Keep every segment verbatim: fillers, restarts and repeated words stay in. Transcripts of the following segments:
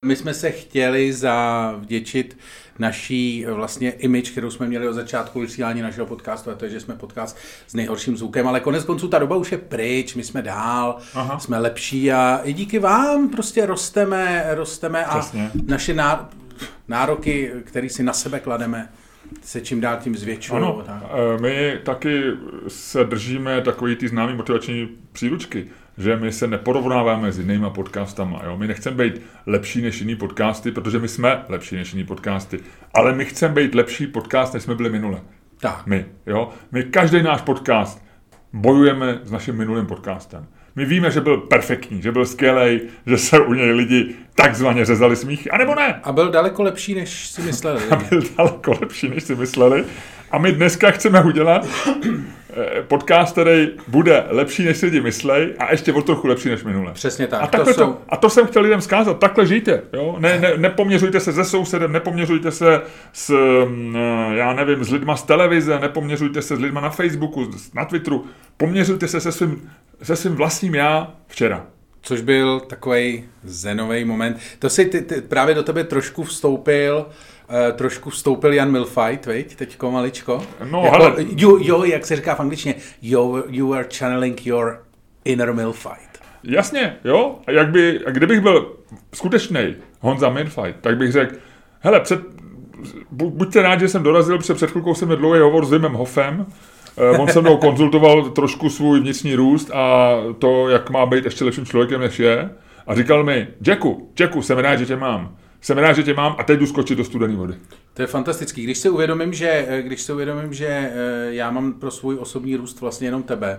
My jsme se chtěli zavděčit naší vlastně image, kterou jsme měli od začátku vysílání našeho podcastu, a to je, že jsme podcast s nejhorším zvukem, ale konec konců ta doba už je pryč, my jsme dál, Aha. jsme lepší a i díky vám prostě rosteme, rosteme a Přesně. naše ná, nároky, které si na sebe klademe, se čím dál tím zvětšují. Ano, my taky se držíme takový ty známý motivační příručky, že my se neporovnáváme s jinýma podcastama. Jo? My nechceme být lepší než jiný podcasty, protože my jsme lepší než jiný podcasty. Ale my chceme být lepší podcast, než jsme byli minule. Tak. My, jo? My každý náš podcast bojujeme s naším minulým podcastem. My víme, že byl perfektní, že byl skvělej, že se u něj lidi takzvaně řezali smíchy, anebo ne. A byl daleko lepší, než si mysleli. A byl daleko lepší, než si mysleli. A my dneska chceme udělat podcast, který bude lepší, než si lidi myslej, a ještě o trochu lepší než minule. Přesně tak. A, to jsou... to, a to jsem chtěl lidem zkázat. Takhle žijte. Jo? Ne, ne, nepoměřujte se se sousedem, nepoměřujte se s, já nevím, s lidma z televize, nepoměřujte se s lidma na Facebooku, na Twitteru. Poměřujte se se svým, se svým vlastním já včera. Což byl takovej zenový moment. To si ty, ty, právě do tebe trošku vstoupil, uh, trošku vstoupil Jan Milfight, viď? Teďko maličko. No, jako, ale... you, you, jak se říká v angličtině, you, you are channeling your inner Milfight. Jasně, jo. A jak by, a kdybych byl skutečnej Honza Milfight, tak bych řekl, hele, před, bu, buďte rádi, že jsem dorazil, protože před chvilkou jsem měl dlouhý hovor s Wimem Hofem. On se mnou konzultoval trošku svůj vnitřní růst a to, jak má být ještě lepším člověkem, než je. A říkal mi, Jacku, Jacku, jsem rád, že tě mám. Jsem rád, že tě mám a teď jdu skočit do studené vody. To je fantastický. Když si uvědomím, že, když si uvědomím, že já mám pro svůj osobní růst vlastně jenom tebe.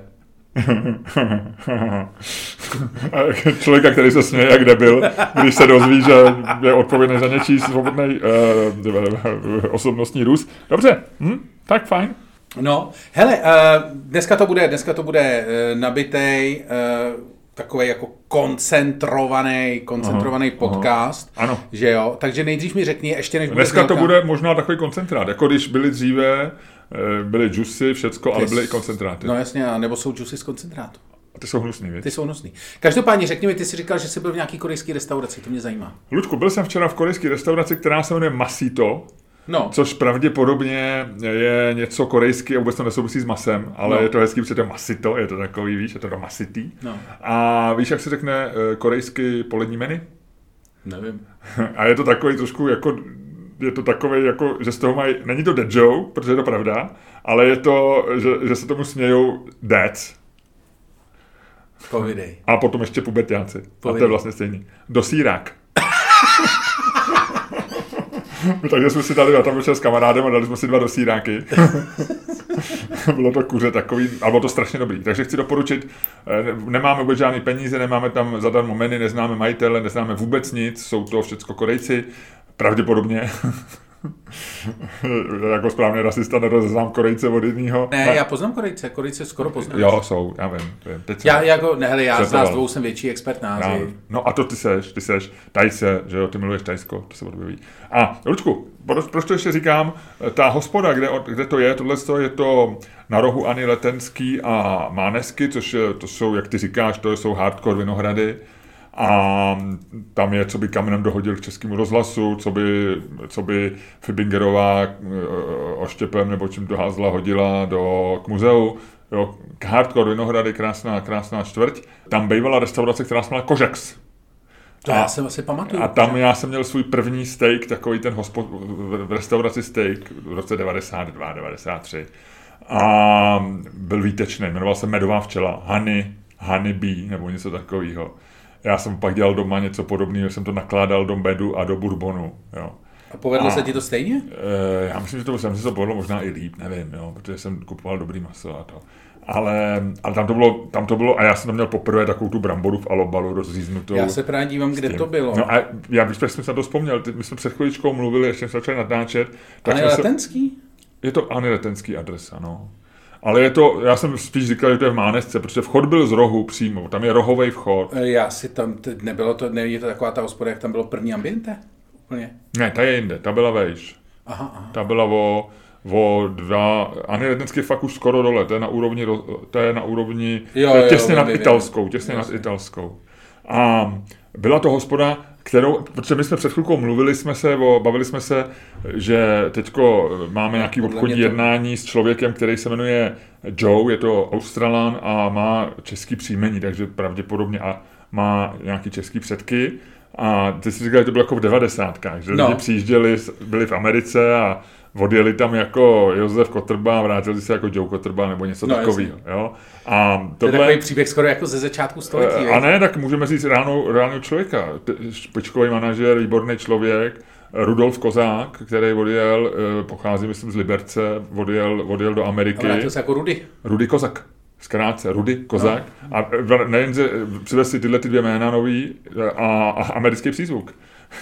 Člověka, který se směje, jak debil, když se dozví, že je odpovědný za něčí svobodný uh, osobnostní růst. Dobře, hm? Tak fajn. No, hele, uh, dneska to bude, dneska to bude uh, nabitej, uh, takovej jako koncentrovaný, koncentrovaný aha, podcast, aha, ano. Že jo, takže nejdřív mi řekni, ještě než bude dneska znělka. To bude možná takový koncentrát, jako když byly dříve, byly džusy, všecko, ale byly i koncentráty. No jasně, nebo jsou džusy z koncentrátu. A ty jsou hnusný, víc? Ty jsou hnusný. Každopádně řekni mi, ty jsi říkal, že jsi byl v nějaký korejské restauraci, to mě zajímá. Luďku, byl jsem včera v korejské restauraci, která se jmenuje Masito. No. Což pravděpodobně je něco korejský a vůbec to nesouvisí s masem, ale no. Je to hezký, protože to je masito, je to takový, víš, je to masitý. No. A víš, jak se řekne korejský polední menu? Nevím. A je to takový trošku jako, je to takový jako, že z toho mají, není to dead joke, protože je to pravda, ale je to, že, že se tomu smějou dads. Povidej. A potom ještě puberťáci. A to je vlastně stejný. Dosírák. Takže jsme si dali, já tam vyšel s kamarádem a dali jsme si dva dosíráky. Bylo to kuře takový, ale bylo to strašně dobrý. Takže chci doporučit, nemáme vůbec žádný peníze, nemáme tam zadarmo menu, neznáme majitele, neznáme vůbec nic, jsou to všecko Korejci, pravděpodobně. Jako správně rasista nerozeznám Korejce od jedného. Ne, já poznám Korejce, Korejce skoro poznám. Jo, jsou, já vím. vím. Teď já, jako, ne, hele, já z nás dvou jsem větší expert na Asii. No a to ty seš, ty seš Tajce, že jo, ty miluješ Tajsko, to se odběví. A Lučku, proč to ještě říkám, ta hospoda, kde, kde to je, tohle je to na rohu Ani Letenský a Mánesky, což je, to jsou, jak ty říkáš, to jsou hardcore Vinohrady. A tam je, co by kamenem dohodil k Českému rozhlasu, co by, co by Fibingerová oštěpem nebo čím to házla hodila do, k muzeu. Jo, k hardcore Vinohrady, krásná, krásná čtvrť. Tam bývala restaurace, která se jmenovala Kožex. To já jsem asi pamatuju. A tam já jsem měl svůj první steak, takový ten hospod, v restauraci steak v roce devadesát dva devadesát tři. A byl výtečný, jmenoval se Medová včela, Honey, Honey Bee, nebo něco takového. Já jsem pak dělal doma něco podobného, jsem to nakládal do medu a do bourbonu, jo. A povedlo a, se ti to stejně? E, já myslím, že to, jsem si to povedlo možná i líp, nevím, jo, protože jsem kupoval dobrý maso a to. Ale, ale tam, to bylo, tam to bylo, a já jsem tam měl poprvé takovou tu bramboru v alobalu rozříznutou. Já se právě dívám, kde to bylo. No a já bych jsem se na to vzpomněl, my jsme před chviličkou mluvili, ještě jsme začali natáčet. Ani Letenský? Se, je to Ani Letenský adresa, no. Ale je to, já jsem spíš říkal, že to je v Mánesce, protože vchod byl z rohu přímo, tam je rohovej vchod. Já si tam, nebylo to, není to taková ta hospoda, jak tam bylo první ambiente? Úplně? Ne, ta je jinde, ta byla vejš. Aha, aha. Ta byla o, o dva, Ani Letenský je fakt už skoro dole, to je na úrovni, to je na úrovni, jo, to je těsně jo, nad vím, italskou, těsně vím. nad italskou. A byla to hospoda, kterou, protože my jsme před chvilkou mluvili jsme se, o, bavili jsme se, že teďko máme nějaký obchodní to... jednání s člověkem, který se jmenuje Joe, je to Australan a má český příjmení, takže pravděpodobně a má nějaký český předky. A ty si říkal, že to bylo jako v devadesátkách, že no. lidi přijížděli, byli v Americe a odjeli tam jako Josef Kotrba a vrátili se jako Joe Kotrba nebo něco no, takového. Jo? A tohle... To je takový příběh skoro jako ze začátku století. A ne, tak můžeme říct reálnou, reálnou člověka. Špičkový manažer, výborný člověk, Rudolf Kozák, který odjel, pochází myslím z Liberce, odjel, odjel do Ameriky. A vrátil se jako Rudy. Rudy Kozak. Zkrátce, Rudy Kozák. No. A nejenže přivez si tyhle ty dvě jména nový a, a americký přízvuk.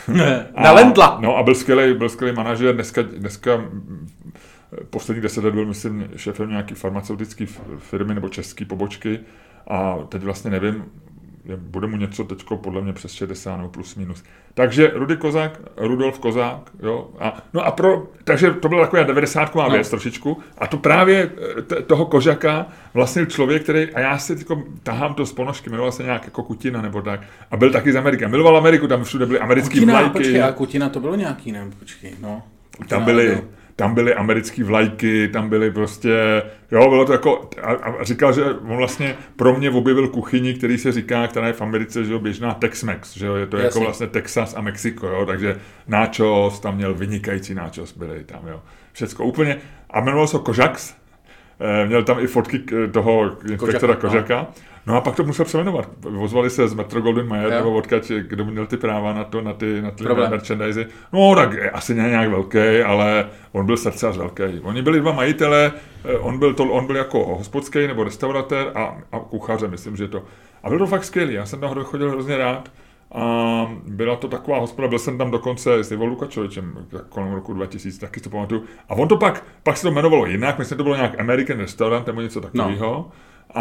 Na Lendla. No a byl skvělý, byl skvělý manažer. Dneska, dneska posledních deset let byl, myslím, šéfem nějaký farmaceutický firmy nebo český pobočky a teď vlastně nevím, bude mu něco teďko podle mě přes šedesát nebo plus minus. Takže Rudy Kozák, Rudolf Kozák, jo. A, no a pro, takže to byla taková devadesátková no. věc trošičku. A to právě t- toho Kožaka vlastnil člověk, který, a já si tyko, tahám to z ponožky, jmenoval se nějak jako Kutina nebo tak. A byl taky z Ameriky. Miloval Ameriku, tam všude byly americký Kutina, vlajky. Počkej, a Kutina to bylo nějaký, ne? Počkej, no. Kutina, tam byly... No. Tam byly americký vlajky, tam byly prostě, jo, bylo to jako, a, a říkal, že on vlastně pro mě objevil kuchyni, který se říká, která je v Americe, že jo, běžná Tex-Mex, že jo, je to Jasně. jako vlastně Texas a Mexiko, jo, takže nachos, tam měl vynikající nachos, byly tam, jo, všecko úplně, a jmenoval se Kožaks, měl tam i fotky toho inspektora Kožaka, no. no a pak to musel přeměnovat. Ozvali se z Metro Goldwyn Mayer, nebo odkud, kdo měl ty práva na to, na ty, na ty merchandise. No tak asi ne nějak velký, ale on byl srdcař velký. Oni byli dva majitele, on byl, to, on byl jako hospodský nebo restauratér a, a kuchaře, myslím, že to. A byl to fakt skvělý, já jsem tam chodil hrozně rád. A byla to taková hospoda, byl jsem tam dokonce s Ivo Lukačovičem kolem roku dva tisíce, taky to pamatuju. A on to pak, pak se to jmenovalo jinak, myslím, to bylo nějak American Restaurant nebo něco takového. No.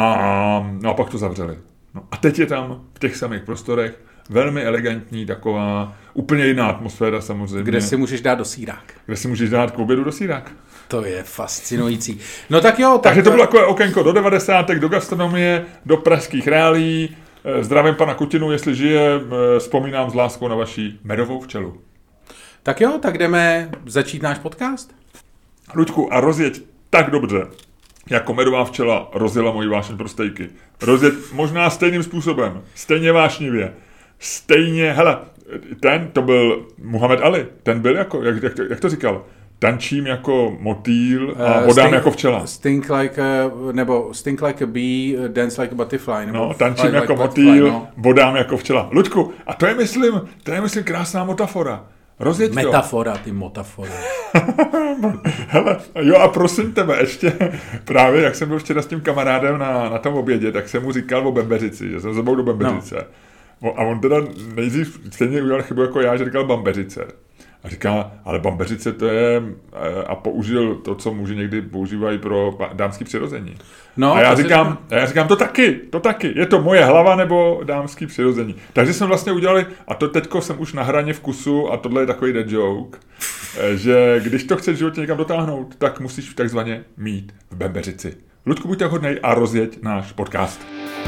A, no a pak to zavřeli. No a teď je tam v těch samých prostorech velmi elegantní, taková úplně jiná atmosféra samozřejmě. Kde si můžeš dát dosírák. Kde si můžeš dát k obědu dosírák. To je fascinující. No tak jo. Tak... Takže to bylo takové okénko do devadesátek, do gastronomie, do pražských reálí. Zdravím pana Kutinu, jestli žije, vzpomínám s láskou na vaši medovou včelu. Tak jo, tak jdeme začít náš podcast. Luďku, a rozjeď tak dobře, jako medová včela rozjela moji vášeň pro stejky. Rozjeď možná stejným způsobem, stejně vášnivě, stejně, hele, ten, to byl Muhammad Ali, ten byl jako, jak, jak, to, jak to říkal, tančím jako motýl a bodám uh, jako včela. Stink like a, nebo stink like a bee, dance like a butterfly. Nebo no, tančím jako like motýl, no. Bodám jako včela. Luďku, a to je, myslím, to je, myslím, krásná metafora. Rozjeď Metafora, ty motafora. Hele, jo a prosím tebe, ještě právě, jak jsem byl včera s tím kamarádem na, na tom obědě, tak jsem mu říkal o Bembeřici, že jsem zabou do Bembeřice. No. A on teda nejdřív stejně udělal chybu jako já, že říkal Bambeřice. A říká, ale Bambeřice to je, a použil to, co muži někdy používají pro dámský přirození. No, a já říkám, a já říkám, to taky, to taky, je to moje hlava nebo dámský přirození. Takže jsme vlastně udělali, a to teďko jsem už na hraně vkusu, a tohle je takový dead joke, že když to chceš životě někam dotáhnout, tak musíš takzvaně mít v Bambeřici. Ludku, buď tak hodnej a rozjeď náš podcast.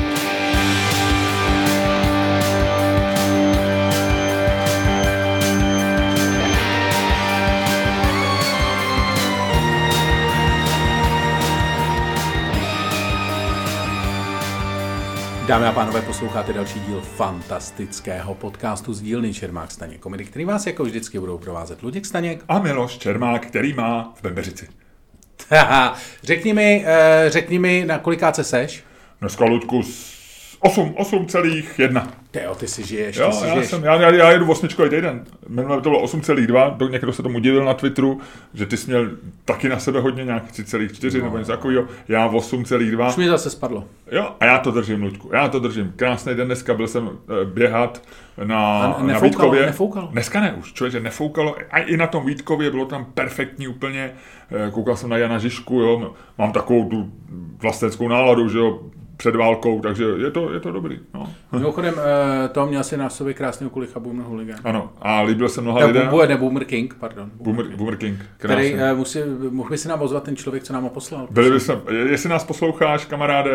Dámy a pánové, posloucháte další díl fantastického podcastu z dílny Čermák Staněk Komedy, který vás jako vždycky budou provázet Luděk Staněk a Miloš Čermák, který má v Bembeřici. řekni mi, řekni mi, na kolikáce seš? Dneska, Luďku, osm, osm celých jedna. Jo, ty si žiješ, jo, ty si já, žiješ. Jsem, já, já, já jedu osmičkový týden. Minulé to bylo osm celých dva, někdo se tomu divil na Twitteru, že ty jsi měl taky na sebe hodně nějak tři celá čtyři no. nebo něco takového. Já osm celých dva. Už mi zase spadlo. Jo, a já to držím, Luďku, já to držím. Krásný den dneska, byl jsem běhat na, nefoukalo, na Vítkově. Nefoukalo. Dneska ne už, člověče, nefoukalo. A i na tom Vítkově bylo tam perfektní úplně. Koukal jsem na Jana Žižku, jo, mám takovou tu vlastenskou náladu, že jo, před válkou, takže je to, je to dobrý. No. Mimochodem, to měl si na sobě krásný okulicha Boomer Hooligan. Ano, a líbil se mnoha lidem. Boomer, ne, Boomer King, pardon. Boomer, Boomer King, krásný. Který, musí, mohl by si nám ozvat ten člověk, co nám ho poslal. Byli by jsme, jestli nás posloucháš, kamaráde,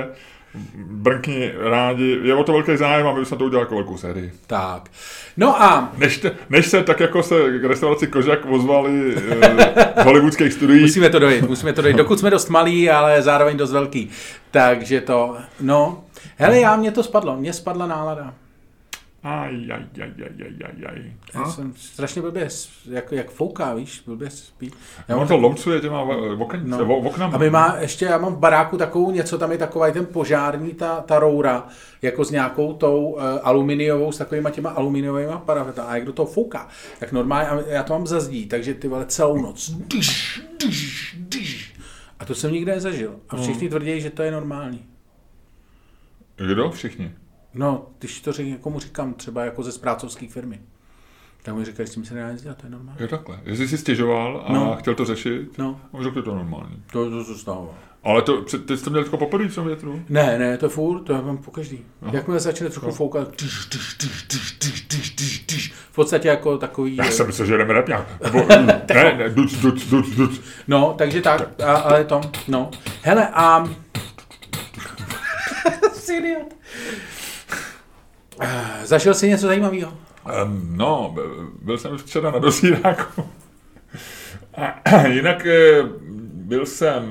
Brnkni rádi, je o to velký zájem a my bychom to udělali jako velkou sérii. Tak. No a... Než, te, než se tak jako se k restauraci Kožak ozvali z hollywoodských studií. Musíme to dojít, musíme to dojít. Dokud jsme dost malí, ale zároveň dost velký. Takže to, no... Hele, já, mě to spadlo, mě spadla nálada. Aj, aj, aj, aj, aj, aj. Já jsem strašně blbě, jak, jak fouká, víš, blbě spí. Já mám to lomcuje těma oknama. No. A my má, ještě já mám v baráku takovou něco, tam je takový ten požární, ta, ta roura, jako s nějakou tou uh, aluminiovou, s takovýma těma aluminiovými paragrafy. A jak do toho fouká, tak normálně, a já to mám za zdí, takže ty vole celou noc. Dyš, dyš, dyš. A to jsem nikde nezažil. A všichni tvrdí, že to je normální. Kdo? Všichni? No, když to řek, komu říkám, třeba jako ze sprácovské firmy. Tak mi říkají, s tím se nedá nic dělat, to je normální. Je takhle. Jestli jsi stěžoval a no. chtěl to řešit, no. možná to je normální. To, to se stává. Ale to, ty jsi to měl jako poprvé v tom větru? Ne, ne, to je furt, to já mám po každý. Jakmile začne trochu foukat, v podstatě jako takový... Já jsem myslel, že jdeme repňák. Ne, ne, duc, duc, duc, duc. No, takže tak, a, ale to, no. Hele, a... Jsi idiot. Zažil jsi něco zajímavého? Um, no, byl jsem včera na dosíráku. Jinak byl jsem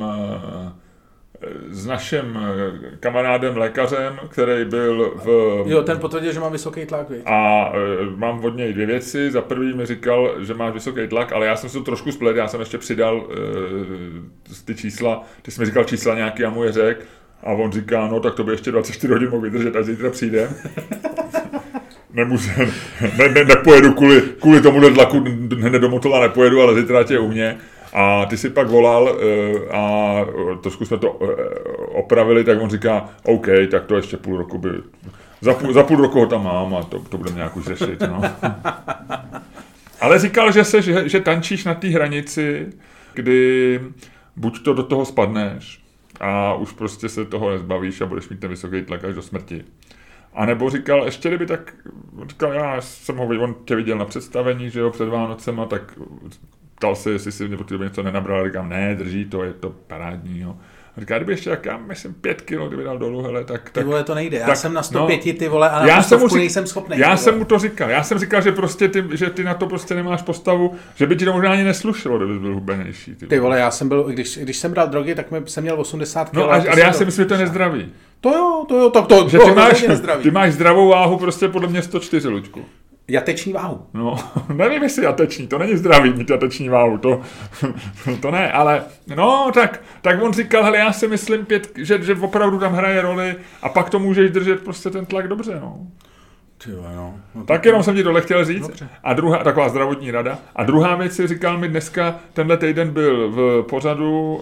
s naším kamarádem lékařem, který byl v... Jo, ten potvrdil, že mám vysoký tlak, víc. A mám od něj dvě věci. Za prvý mi říkal, že máš vysoký tlak, ale já jsem se to trošku splet, já jsem ještě přidal uh, ty čísla, ty jsi mi říkal čísla nějaký a mu je řek. A on říká, no tak to by ještě dvacet čtyři hodin mohl vydržet, až zítra přijde. Nemůžu, ne, ne, nepojedu kvůli, kvůli tomuhle tlaku, hned do Motola nepojedu, ale zítra tě je u mě. A ty si pak volal a trošku jsme to opravili, tak on říká, OK, tak to ještě půl roku by, za půl, za půl roku ho tam mám a to, to budeme nějak už řešit. No. Ale říkal, že, se, že, že tančíš na té hranici, kdy buď to do toho spadneš, a už prostě se toho nezbavíš a budeš mít ten vysoký tlak až do smrti. A nebo říkal, ještě kdyby tak, říkal, já jsem ho, on tě viděl na představení, že jo, před Vánocema, tak ptal se, jestli si mě pro něco nenabral, říkám, ne, drží to, je to parádní, jo. A říká, kdyby ještě, jak já myslím, pět kilo, kdyby dal dolů, hele, tak... tak ty vole, to nejde, já tak, jsem na sto pět, no, ty vole, a na stovku nejsem schopný. Já jsem mu to říkal, já jsem říkal, že prostě ty, že ty na to prostě nemáš postavu, že by ti to možná ani neslušelo, kdyby byl hubenější. Ty, ty vole, já jsem byl, když, když jsem bral drogy, tak jsem měl osmdesát kilo. No, ale, ale já si myslím, že to je nezdravý. To jo, to jo, tak to, že to, ty, máš, ty máš zdravou váhu prostě podle mě sto čtyři, Luďku. Jateční váhu. No, nevím, jestli jateční, to není zdravý mít jateční váhu, to, to ne, ale no, tak, tak on říkal, hele, já si myslím, pět, že, že opravdu tam hraje roli a pak to můžeš držet prostě ten tlak dobře, no. Tyjo, no. No, tak jenom jsem ti tohle chtěl říct. Dobře. A druhá, taková zdravotní rada. A druhá věc si říkal mi dneska, tenhle týden byl v pořadu,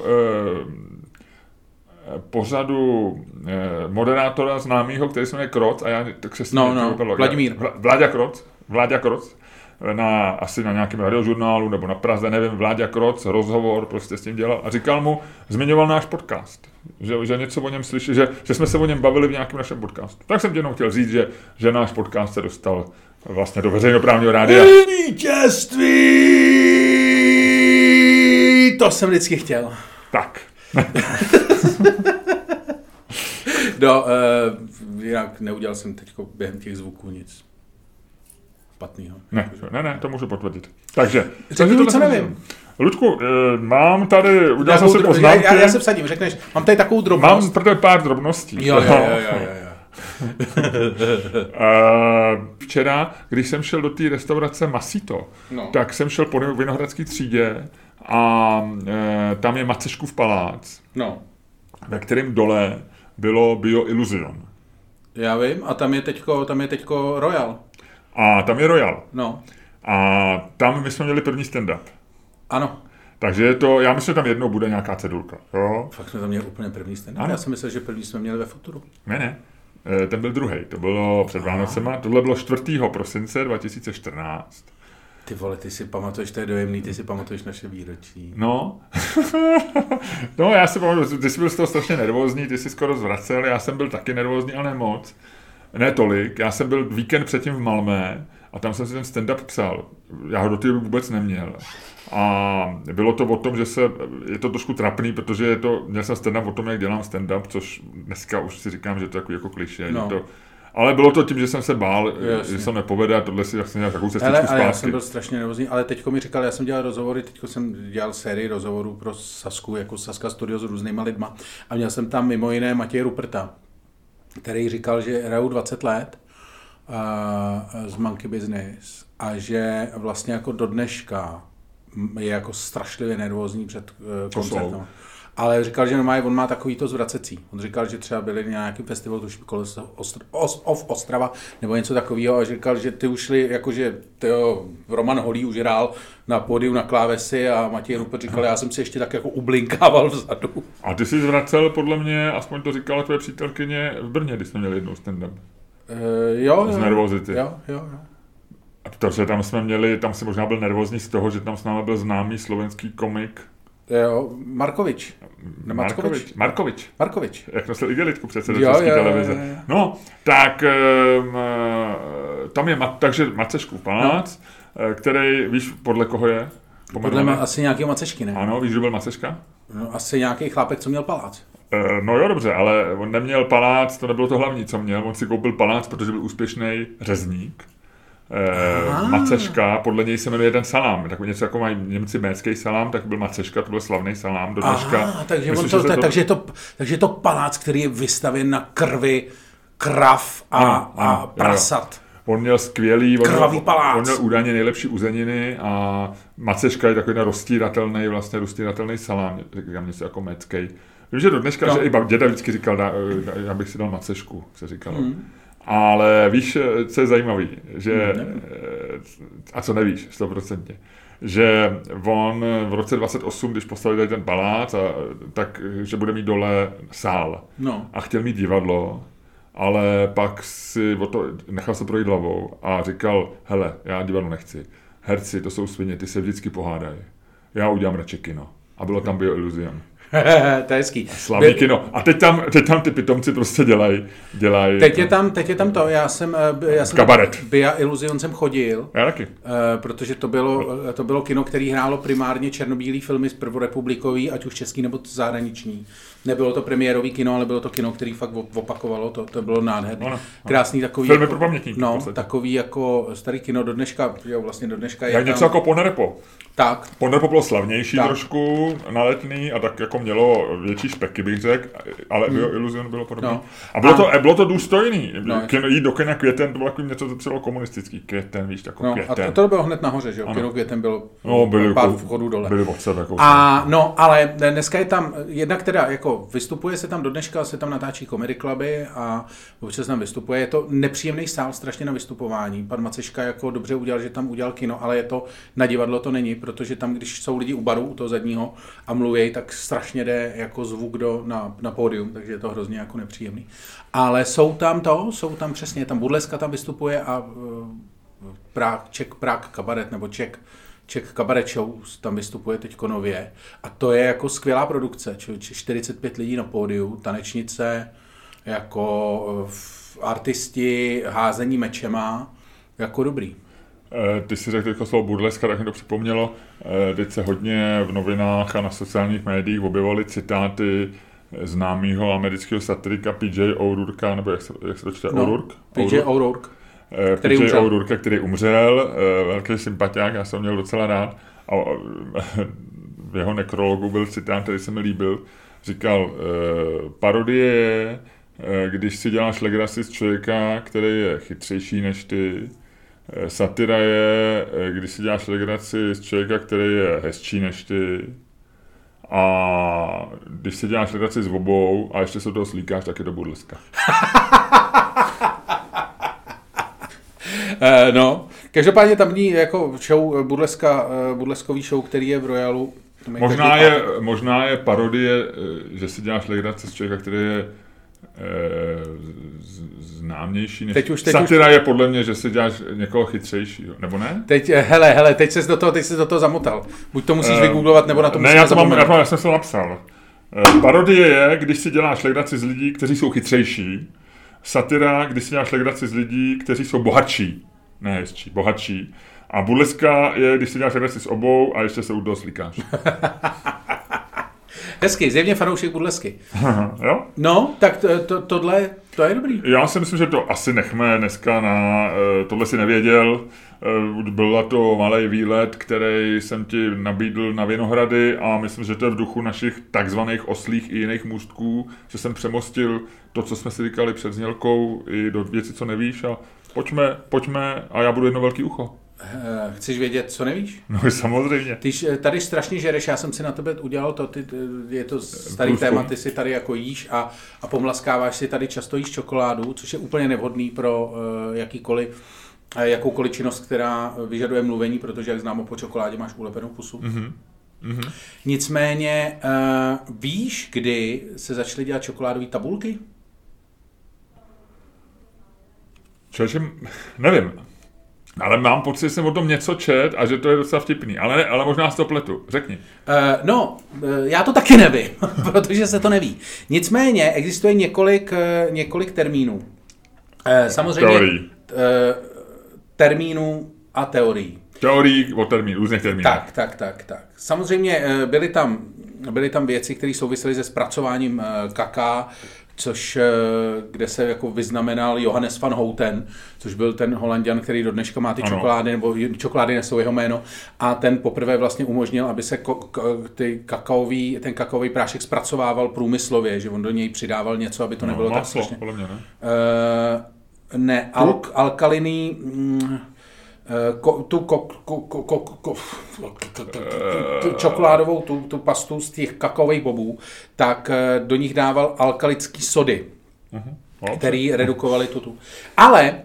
eh, pořadu eh, moderátora známýho, který se jmenuje Kroc, a já tak se s no, no, Vladimír. Vláďa Kroc, Vláďa Kroc, na, asi na nějakém radiožurnálu nebo na Praze, nevím, Vláďa Kroc, rozhovor prostě s tím dělal a říkal mu, zmiňoval náš podcast, že, že něco o něm slyší, že, že jsme se o něm bavili v nějakém našem podcastu. Tak jsem tě jenom chtěl říct, že, že náš podcast se dostal vlastně do veřejnoprávního rádia. Vítězství! To jsem vždycky chtěl. Tak. No, uh, jinak neudělal jsem teď během těch zvuků nic špatného. Ne, ne, ne, to můžu potvrdit. Takže, řekni mi, co nevím. Luďku, eh, mám tady, udělal jsem si dro- poznámky. Já, já se vsadím, řekneš, mám tady takovou drobnost. Mám pro pár drobností. Jo, jo, jo, jo, jo. Včera, když jsem šel do té restaurace Masito, no. tak jsem šel po Vinohradské třídě a e, tam je Maceškův palác, no. ve kterém dole bylo Bio Illusion. Já vím, a tam je teďko, tam je teďko Royal. A tam je Royal. No. A tam my jsme měli první stand-up. Ano. Takže je to, já myslím, že tam jednou bude nějaká cedulka. Jo? Fakt jsme tam měli úplně první stand-up. Ano. Já jsem myslel, že první jsme měli ve Futuru. Ne, ne. Ten byl druhý. To bylo před Vánocema. Tohle bylo čtvrtého prosince dva tisíce čtrnáct. Ty vole, ty si pamatuješ, to je dojemný, ty si pamatuješ naše výročí. No. No, já si pamatuju, ty jsi byl z toho strašně nervózní, ty jsi skoro zvracel, já jsem byl taky nervózní, ale ne moc. Ne tolik. Já jsem byl víkend předtím v Malmé a tam jsem si ten stand-up psal. Já ho do té doby vůbec neměl. A bylo to o tom, že se, je to trošku trapný, protože je to, měl jsem stand-up o tom, jak dělám stand-up, což dneska už si říkám, že to je jako, jako klišé. No. To, ale bylo to tím, že jsem se bál, Jasně. že se nepovede a tohle si vlastně nějak takovou cestičku zpátky. Ale já jsem byl strašně nervózní, ale teďko mi říkal, já jsem dělal rozhovory, teďko jsem dělal sérii rozhovorů pro Sasku, jako Saska Studio s různýma lidma a měl jsem tam mimo jiné Matěje Ruperta, který říkal, že hrajou dvacet let uh, z Monkey Business a že vlastně jako do dneška je jako strašlivě nervózní před uh, koncertem. Ale říkal, že normálně on má takový to zvracecí. On říkal, že třeba byli na nějakém festivalu, tuším, Koles of Ostrava, nebo něco takového, a říkal, že ty už šli, jakože tyjo, Roman Holý už hrál na pódiu na klávesi a Matěj Rupert říkal, já jsem si ještě tak jako ublinkával vzadu. A ty jsi zvracel, podle mě, aspoň to říkala tvoje přítelkyně v Brně, když jsme měli jednou stand-up. Uh, jo, z nervozity. Jo, jo, jo. A protože tam jsme měli, tam si možná byl nervózní z toho, že tam s námi byl známý slovenský komik. Jo, Markovič. Markovič. Markovič. Markovič. Jak nosil igelitku přece do české televize. Jo, jo. No, tak um, tam je, takže Maceškův palác, no. který, víš, podle koho je? Podle mě asi nějaký Macešky, ne? Ano, víš, kdo byl Maceška? No, asi nějaký chlápek, co měl palác. No jo, dobře, ale on neměl palác, to nebylo to hlavní, co měl. On si koupil palác, protože byl úspěšný řezník. Eh, Maceška, podle něj se jmenuje ten salám, tak něco jako mají Němci mécký salám, tak byl Maceška, to byl slavný salám do dneška. Aha, takže, Myslím, to, to, to... takže, to, takže je to palác, který je vystavěn na krvi krav a, ano, ano, a prasat. Jo. On měl skvělý, krvavý on, palác. On měl údajně nejlepší uzeniny a Maceška je takový rozstíratelný, vlastně rozstíratelný salám, říkám něco jako mécký. Vím, že do dneška, no. že i děda vždycky říkal, dá, já bych si dal Macešku, se říkalo. Hmm. Ale víš, co je zajímavý, že, hmm, a co nevíš, stoprocentně, že on v roce dvacet osm, když postavili ten palác, a, tak, že bude mít dole sál no. a chtěl mít divadlo, ale pak si o to nechal se projít hlavou a říkal, hele, já divadlo nechci, herci, to jsou svině, ty se vždycky pohádají, já udělám radši kino. A bylo tam Bioillusion. To je hezký. Slavný By... kino. A teď tam, teď tam ty pitomci prostě dělají. dělají teď, je tam, teď je tam to, já jsem, já jsem Kabaret. Bioillusion jsem chodil. Já taky. Protože to bylo, to bylo kino, který hrálo primárně černobílý filmy z prvorepublikový, ať už český nebo zahraniční. Nebylo to premiérový kino, ale bylo to kino, který fakt opakovalo, to, to bylo nádherné. No, no. Krásný takový. Filmy jako, pro pamětníky. No, takový jako starý kino do dneška, jo, vlastně do dneška je Já něco tam... jako Ponerepo. Tak. Ponerepo bylo slavnější tak. trošku, naletný a tak jako mělo větší špeky, bych řekl, ale hmm. Bioillusion bylo podobné. No. A bylo, a... To, bylo to důstojný. No, kino, jít do kina Květen, to bylo jako něco, co bylo komunistický. Květen, víš, jako no, Květen. A to, to bylo hned nahoře, že jo? Kino Květen bylo no, byli, pár vchodů dole. Byli od sebe. A no, ale dneska je tam, jednak teda jako vystupuje se tam do dneška, se tam natáčí comedy cluby a občas tam vystupuje. Je to nepříjemný sál, strašně na vystupování. Pan Maceška jako dobře udělal, že tam udělal kino, ale je to na divadlo to není, protože tam, když jsou lidi u baru, u toho zadního a mluví, tak strašně jde jako zvuk do, na, na pódium, takže je to hrozně jako nepříjemný. Ale jsou tam to, jsou tam přesně, tam Burleska tam vystupuje a uh, Prague, Czech Prague Kabaret nebo Czech Czech Cabaret Show tam vystupuje teďko nově a to je jako skvělá produkce, čtyřicet pět lidí na pódiu, tanečnice, jako artisti, házení mečema, jako dobrý. Ty si řekl jako slovo burleska, tak mi to připomnělo, teď se hodně v novinách a na sociálních médiích objevovaly citáty známého amerického satirika P J O'Rourke, nebo jak se, jak se to čte? No, O'Rourke? P J O'Rourke. P J O'Rourke, který umřel, velký sympatiák, já jsem měl docela rád. A v jeho nekrologu byl citát, který se mi líbil. Říkal, parodie je, když si děláš legraci z člověka, který je chytřejší než ty. Satira je, když si děláš legraci z člověka, který je hezčí než ty. A když si děláš legraci s obou a ještě se toho slíkáš, tak je to burleska. Uh, no, každopádně tam ní jako show, burleska, uh, burleskový show, který je v Royalu. Možná je, možná je parodie, že si děláš legraci z člověka, který je eh, známější než... Teď už, teď Satira už... je podle mě, že si děláš někoho chytřejšího, nebo ne? Teď, hele, hele, teď ses do toho, teď ses do toho zamotal. Buď to musíš uh, vygooglovat, nebo na to ne, musíš já to mám, já, já jsem se napsal. Uh, parodie je, když si děláš legraci z lidí, kteří jsou chytřejší. Satira, když si děláš legraci z lidí, kteří jsou bohatší ne hezčí, bohatší. A burleska je, když si děláš reversi s obou a ještě se u toho slíkáš. Hezky, zjevně fanoušek burlesky. Jo? No, tak to, to, tohle, to je dobrý. Já si myslím, že to asi nechme dneska na, tohle si nevěděl, byla to malý výlet, který jsem ti nabídl na Vinohrady a myslím, že to je v duchu našich takzvaných oslých i jiných můstků, že jsem přemostil to, co jsme si říkali před znělkou i do věci, co nevíš a pojďme, pojďme a já budu jedno velký ucho. Chceš vědět, co nevíš? No samozřejmě. Ty tady strašně žereš, já jsem si na tebe udělal to, ty, je to starý Průzkum. téma, ty si tady jako jíš a, a pomlaskáváš si tady, často jíš čokoládu, což je úplně nevhodný pro uh, jakýkoliv, uh, jakoukoliv činnost, která vyžaduje mluvení, protože jak známo, po čokoládě máš ulepenou pusu. Mm-hmm. Mm-hmm. Nicméně, uh, víš, kdy se začaly dělat čokoládové tabulky? Čože, nevím. Ale mám pocit, že jsem o tom něco čet a že to je docela vtipný. Ale, ne, ale možná si to pletu. Řekni. Uh, no, uh, já to taky nevím, protože se to neví. Nicméně existuje několik, uh, několik termínů. Uh, samozřejmě teorií. Uh, termínů a teorií. Teorií o termín, různých termínů. Tak, tak, tak, tak. Samozřejmě uh, byly tam, byly tam věci, které souvisely se zpracováním uh, kaká, což, kde se jako vyznamenal Johannes van Houten, což byl ten Holanďan, který do dneška má ty ano. čokolády, nebo čokolády nesou jeho jméno, a ten poprvé vlastně umožnil, aby se ko, k, ty kakaový, ten kakaový prášek zpracovával průmyslově, že on do něj přidával něco, aby to nebylo no, tak strašně. Podle mě, ne? Uh, ne, al, alkaliný... Mm, Ko, tu ko, ko, ko, ko, ko, tu čokoládovou tu, tu pastu z těch kakaových bobů, tak do nich dával alkalický sody, uh-huh. který redukovali tu. Ale...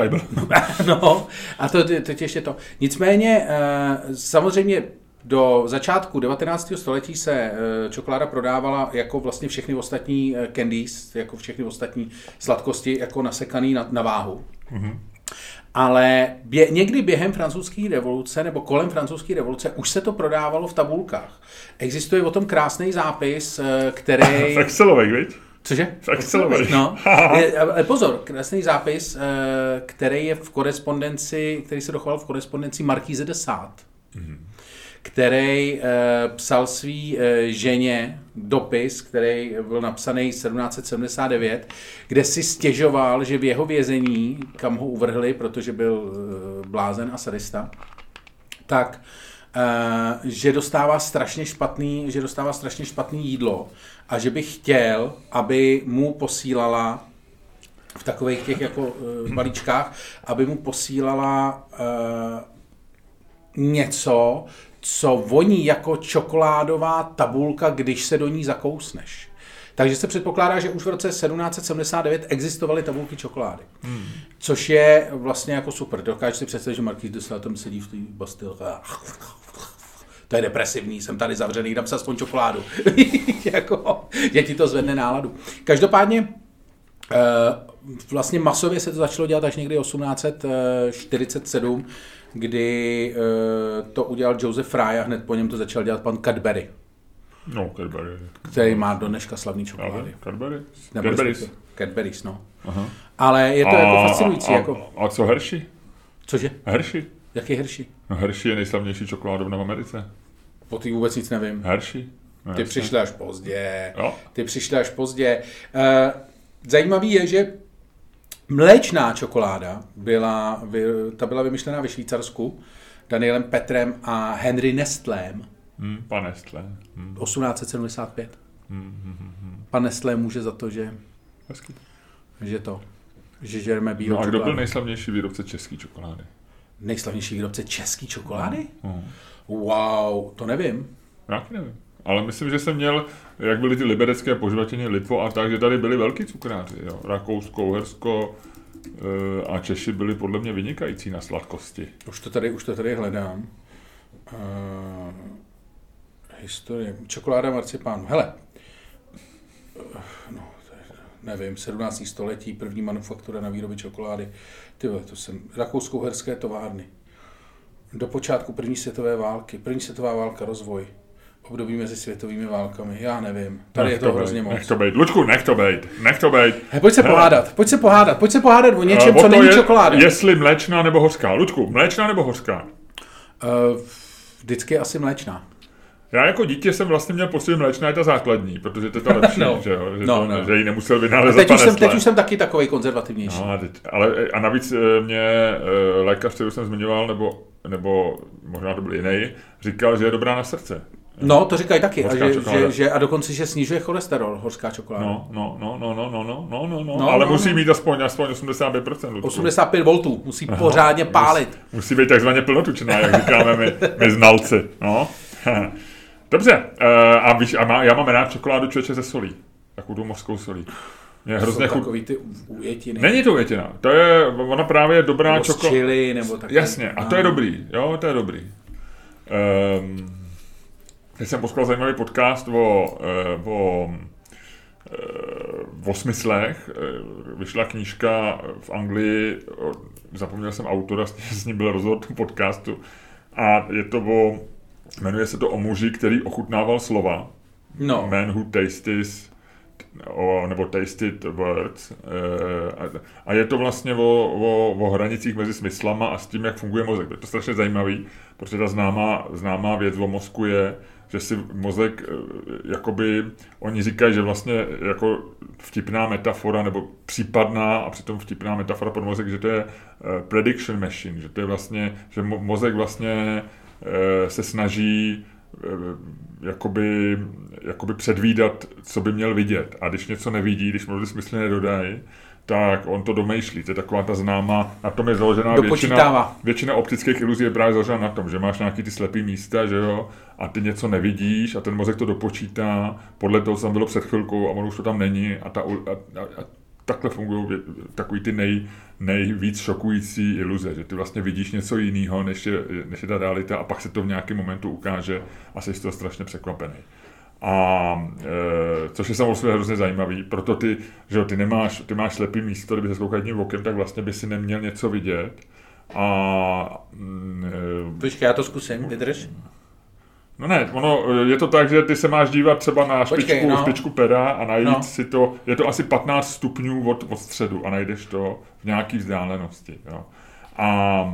no, a to teď ještě to. Nicméně, samozřejmě do začátku devatenáctého století se čokoláda prodávala jako vlastně všechny ostatní candies, jako všechny ostatní sladkosti, jako nasekaný na, na váhu. Uh-huh. Ale bě, někdy během francouzské revoluce nebo kolem francouzské revoluce už se to prodávalo v tabulkách. Existuje o tom krásný zápis, který... V Excelovej, viď? Cože? V Excelovej. No. Je, pozor, krásný zápis, který je v korespondenci, který se dochoval v korespondenci Marquise de Sade, mm-hmm. který eh, psal svý eh, ženě dopis, který byl napsaný sedmnáct set sedmdesát devět, kde si stěžoval, že v jeho vězení, kam ho uvrhli, protože byl eh, blázen a sadista, tak eh, že dostává strašně špatný, že dostává strašně špatný jídlo a že by chtěl, aby mu posílala v takových těch jako eh, balíčkách, aby mu posílala eh, něco, co voní jako čokoládová tabulka, když se do ní zakousneš. Takže se předpokládá, že už v roce sedmnáct set sedmdesát devět existovaly tabulky čokolády. Hmm. Což je vlastně jako super. Dokážeš si představit, že Marquis de Sade tam sedí v té Bastille. To je depresivní, jsem tady zavřený, dám se aspoň čokoládu. Jako, že ti to zvedne náladu. Každopádně vlastně masově se to začalo dělat až někdy osmnáct set čtyřicet sedm, kdy uh, to udělal Joseph Fry a hned po něm to začal dělat pan Cadbury. No, Cadbury. Který má do dneška slavný čokolády. Cadbury? Cadburys. Cadburys, no. Aha. Ale je to a, jako fascinující. A, jako... a co Hershey? Cože? Hershey. Jaký Hershey? No, Hershey je nejslavnější čokoládovna v Americe. Po ty vůbec nic nevím. Hershey. No, Ty přišli až pozdě. Jo. Ty přišli až pozdě. Uh, zajímavý je, že mléčná čokoláda byla, ta byla vymyšlená ve Švýcarsku Danielem Petrem a Henry Nestlém. Hmm, pan Nestlé. Hmm. osmnáct set sedmdesát pět. Hmm, hmm, hmm. Pan Nestlé může za to, že, že to, že žereme bílou čokoládu. No a kdo byl čokoládu. nejslavnější výrobce české čokolády? Nejslavnější výrobce české čokolády? Hmm. Wow, to nevím. Já taky nevím. Ale myslím, že jsem měl, jak byly ty liberecké požvatiny Lipo a tak, že tady byli velký cukráři. Jo. Rakousko, Uhersko e, a Češi byli podle mě vynikající na sladkosti. Už to tady, už to tady hledám. Uh, historie. Čokoláda marcipánu. Hele. Uh, no, nevím, sedmnácté století, první manufaktura na výrobu čokolády. Tyhle, to jsem. Rakousko-uherské továrny. Do počátku první světové války. První světová válka, rozvoj. období mezi světovými válkami, já nevím. Tady nech je to, to hrozně moc. Nech to bejt. Luďku, nech to bejt. Nech to bejt. He, pojď se Hele. pohádat, pojď se pohádat, pojď se pohádat o něčem, uh, co není je, čokoláda. Jestli mléčná nebo hořká. Luďku, mléčná nebo hořká? Uh, vždycky asi mléčná. Já jako dítě jsem vlastně měl pocit, že mléčná je ta základní, protože to je ta lepší, no. že, jo? Že, no, to, no. že ji nemusel vynálezat teď, pan už jsem, Nestlé. teď už jsem taky takovej konzervativnější. No, a, teď, ale, a navíc mě lékař, kterou jsem zmiňoval, nebo, nebo možná to byl jiný, říkal, že je dobrá na srdce. No, to říkají taky. A, že, že, že, a dokonce, že snižuje cholesterol, hořká čokoláda. No, no, no, no, no, no, no, no, no, no, no ale no, musí no. mít aspoň, aspoň osmdesát pět procent. osmdesát pět voltů, musí Aha, pořádně pálit. Musí, musí být takzvaně plnotučná, jak říkáme my, my znalci. No. Dobře, a, víš, a má, já mám rád čokoládu člověče ze solí, takovou tu mořskou solí. Je hrozně jsou takový ty ujetiny. Není to ujetina, to je, ona právě je dobrá čokoláda. Nebo chili, nebo takový. Jasně, a to je dobrý, jo, to je dobrý. Um, teď jsem poslal zajímavý podcast o, o, o smyslech. Vyšla knížka v Anglii, zapomněl jsem autora, s ním byl rozhovor podcastu, a je to o, jmenuje se to o muži, který ochutnával slova. No. Man who tastes, o, nebo tasted words. A je to vlastně o, o, o hranicích mezi smyslama a s tím, jak funguje mozek. Je to strašně zajímavý, protože ta známá, známá věc o mozku je, že si mozek, jakoby, oni říkají, že vlastně jako vtipná metafora, nebo případná a přitom vtipná metafora pro mozek, že to je prediction machine, že to je vlastně, že mozek vlastně se snaží jakoby, jakoby předvídat, co by měl vidět. A když něco nevidí, když mu smysly nedodají, tak on to domýšlí. To je taková ta známá, na tom je založená většina, většina optických iluzí je právě založená na tom, že máš nějaký ty slepý místa, že jo, a ty něco nevidíš a ten mozek to dopočítá podle toho, co tam bylo před chvilkou a ono už to tam není a, ta, a, a, a takhle fungují takový ty nej, nejvíc šokující iluze, že ty vlastně vidíš něco jiného, než je, než je ta realita a pak se to v nějakém momentu ukáže a jsi z toho strašně překvapený. A e, což je samozřejmě hrozně zajímavý, proto ty, že jo, ty nemáš, ty máš slepý místo, kdyby se zkoukal jedním okem, tak vlastně by si neměl něco vidět. A e, Počkej, já to zkusím, vydrž. No ne, ono, je to tak, že ty se máš dívat třeba na špičku, Počkej, no. špičku pera a najít no. si to, je to asi patnáct stupňů od, od středu a najdeš to v nějaký vzdálenosti. Jo. A,